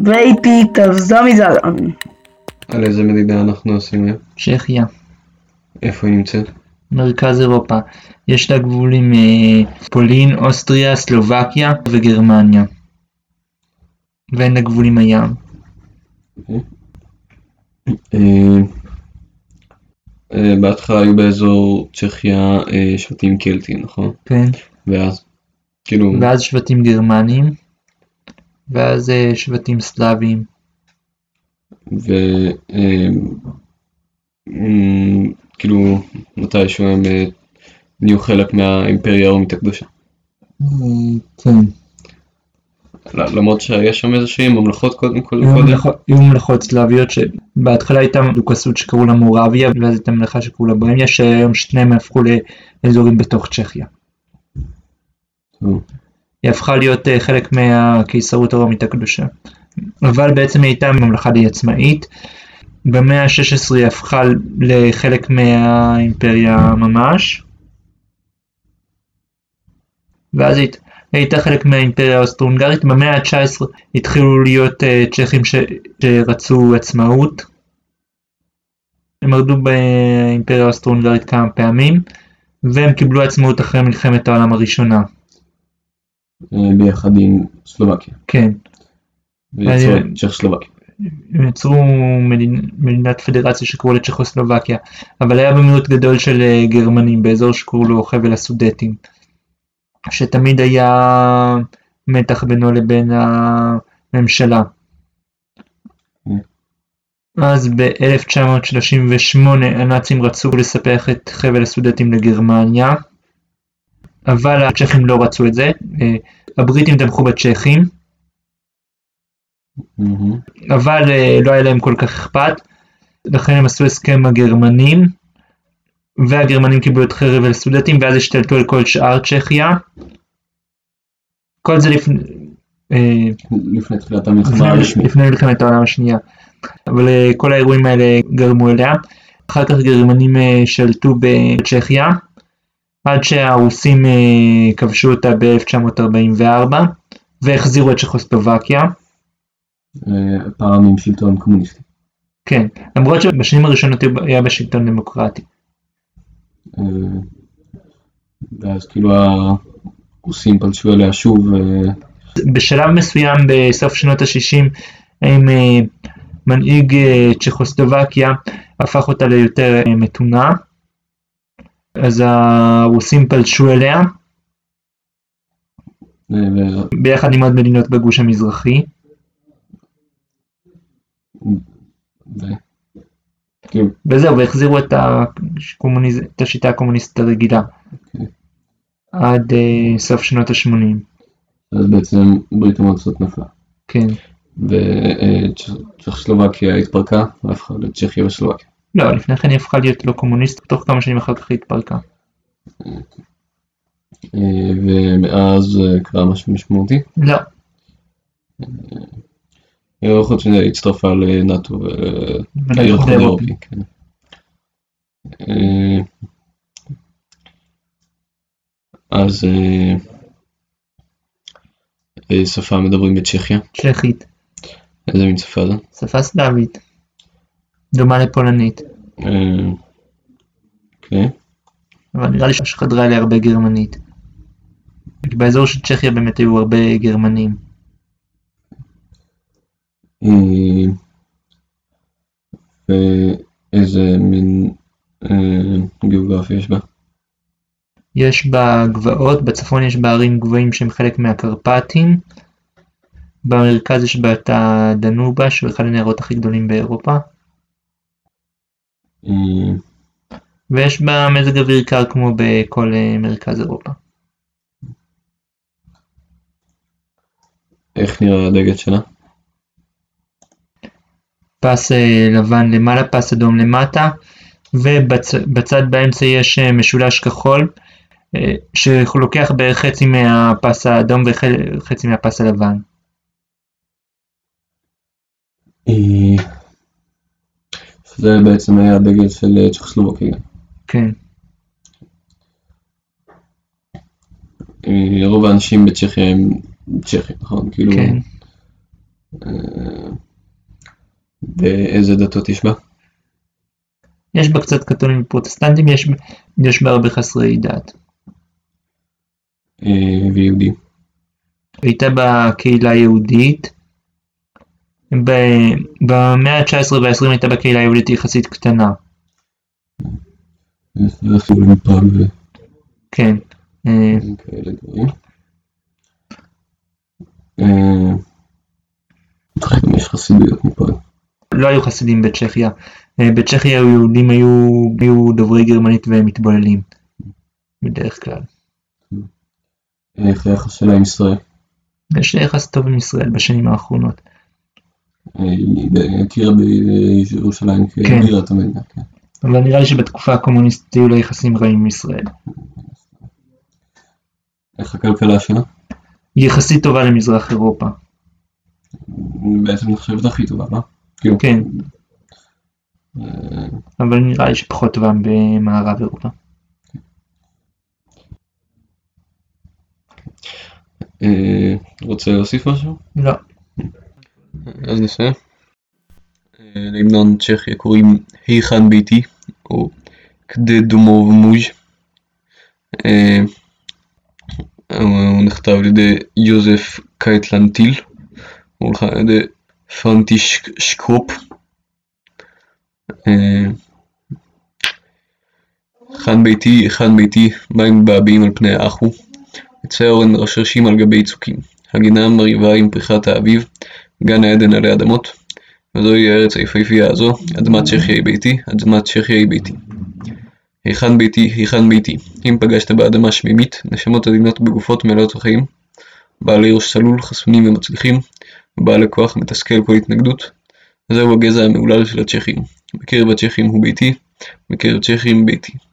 ואיתי תבזמי זלן. על איזה מדידה אנחנו עושים היום? צ'כיה, איפה היא נמצאת? מרכז אירופה. יש לה גבול עם פולין, אוסטריה, סלובקיה וגרמניה. ואין לה גבול עם הים. בהתחלה היו באזור צ'כיה שבטים קלטיים, נכון? כן. ואז? כאילו... ואז שבטים גרמנים. ואז שבטים סלאביים. כאילו מתישהו הם נהיו חלק מהאימפריה הרומית הקדושה. כן. למרות שיש שם איזושהי ממלכות קודם. היו ממלכות סלאביות שבהתחלה הייתה דוכסות שקראו לה מורביה, ואז הייתה ממלכה שקראו לה בוהמיה, שהיום שניהם הפכו לאזורים בתוך צ'כיה. היא הפכה להיות חלק מהקיסרות הרומית הקדושה. אבל בעצם היא הייתה ממלכה די עצמאית. במאה ה-16 היא הפכה לחלק מהאימפריה ממש. ואז היא הייתה חלק מהאימפריה האוסטרו-הונגרית. במאה ה-19 התחילו להיות צ'כים שרצו עצמאות. הם מרדו באימפריה האוסטרו-הונגרית כמה פעמים, והם קיבלו עצמאות אחרי מלחמת העולם הראשונה. ביחד עם סלובקיה. כן. ויצרו את צ'כוסלובקיה. הם יצרו מדינת פדרציה שקראו לצ'כוסלובקיה, אבל היה במיעוט גדול של גרמנים באזור שקראו לו חבל הסודטים, שתמיד היה מתח בינו לבין הממשלה. אז ב-1938 הנאצים רצו לספח את חבל הסודטים לגרמניה, אבל הצ'כים לא רצו את זה. הבריטים תמכו בצ'כים, אבל לא היה להם כל כך אכפת, לכן הם עשו הסכם עם הגרמנים, והגרמנים קיבלו את חבל הסודטים, ואז השתלטו על כל שאר צ'כיה. כל זה לפני תחילת המלחמה הרשמית. לפני מלחמת העולם השנייה. אבל כל האירועים האלה גרמו אליה. אחר כך גרמנים שלטו בצ'כיה, עד שהרוסים כבשו אותה ב-1944, והחזירו את צ'כוסלובקיה. פעם עם שלטון קומוניסטי. כן, למרות שבשנים הראשונות היה בשלטון דמוקרטי. ואז כאילו הרוסים פלשו אליה שוב. בשלב מסוים בסוף שנות ה-60, עם מנהיג צ'כוסלובקיה הפך אותה ליותר מתונה, אז הרוסים פלשו אליה, ביחד עם עוד מדינות בגוש המזרחי. וזהו, והחזירו את השיטה הקומוניסטית הרגילה עד סוף שנות ה-80. אז בעצם ברית המועצות נפלה. כן. וצ'כוסלובקיה התפרקה והפכה לצ'כיה וסלובקיה. לא, לפני כן היא הפכה להיות לא קומוניסטית, תוך כמה שנים אחר כך היא התפרקה. ומאז קרה משהו משמעותי? לא. חוץ מזה הצטרפה לנאטו ולאיחוד האירופי. אז שפה מדברים בצ'כיה? צ'כית. איזה מין שפה זה? שפה סלאבית. דומה לפולנית. אוקיי. אבל נראה לי שחדרה אליה הרבה גרמנית. באזור של צ'כיה באמת היו הרבה גרמנים. ואיזה מין גיאוגרפיה יש בה? יש בה גבעות, בצפון יש בה ערים גבוהים שהם חלק מהקרפטים, במרכז יש בה את הדנובה שהוא אחד הנהרות הכי גדולים באירופה, ויש בה מזג אוויר קר כמו בכל מרכז אירופה. איך נראה הדגל שלה? פס לבן למעלה, פס אדום למטה, ובצד באמצע יש משולש כחול, שלוקח בערך חצי מהפס האדום וחצי מהפס הלבן. זה בעצם היה הדגל של צ'כוסלובקיה. כן. רוב האנשים בצ'כיה הם צ'כים, נכון? כאילו... כן. ואיזה דתות יש בה? יש בה קצת קתולים ופרוטסטנטים, יש בה הרבה חסרי דת. ויהודים. הייתה בה קהילה יהודית, במאה ה-19 וה-20 הייתה בה קהילה יהודית יחסית קטנה. אפילו מפעל כן. וכאלה דברים. גם יש חסידויות מפעל. לא היו חסידים בצ'כיה. בצ'כיה היהודים היו דוברי גרמנית והם מתבוללים. בדרך כלל. איך היחס שלה עם ישראל? יש יחס טוב עם ישראל בשנים האחרונות. היא הכירה בירושלים כבירת המדינה. אבל נראה לי שבתקופה הקומוניסטית היו לה יחסים רעים עם ישראל. איך הכלכלה שלה? היא יחסית טובה למזרח אירופה. בעצם נחשבת הכי טובה, לא? כן. אבל נראה לי שפחות טובה במערב אירופה. רוצה להוסיף משהו? לא. אז נסיים. להמנון צ'כיה קוראים היכן ביתי, או כדי דומוב מוז'. הוא נכתב על ידי יוזף קייטלנטיל, הוא הולך על ידי פרנטישקופ. היכן ביתי, מים מבעבעים על פני האחו, עצי האורן רשרשים על גבי צוקים, הגינה מרהיבה עם פריחת האביב, גן העדן עלי אדמות, וזוהי הארץ היפהפייה הזו, אדמת צ'כיה היא ביתי, אדמת צ'כיה היא ביתי. היכן ביתי, אם פגשת באדמה שמימית, נשמות עדינות בגופות מלאות החיים, בעלי ראש צלול, חסונים ומצליחים, ובעלי כוח מתסכל כל התנגדות, זהו הגזע המעולל של הצ'כים, בקרב הצ'כים הוא ביתי, בקרב צ'כים ביתי.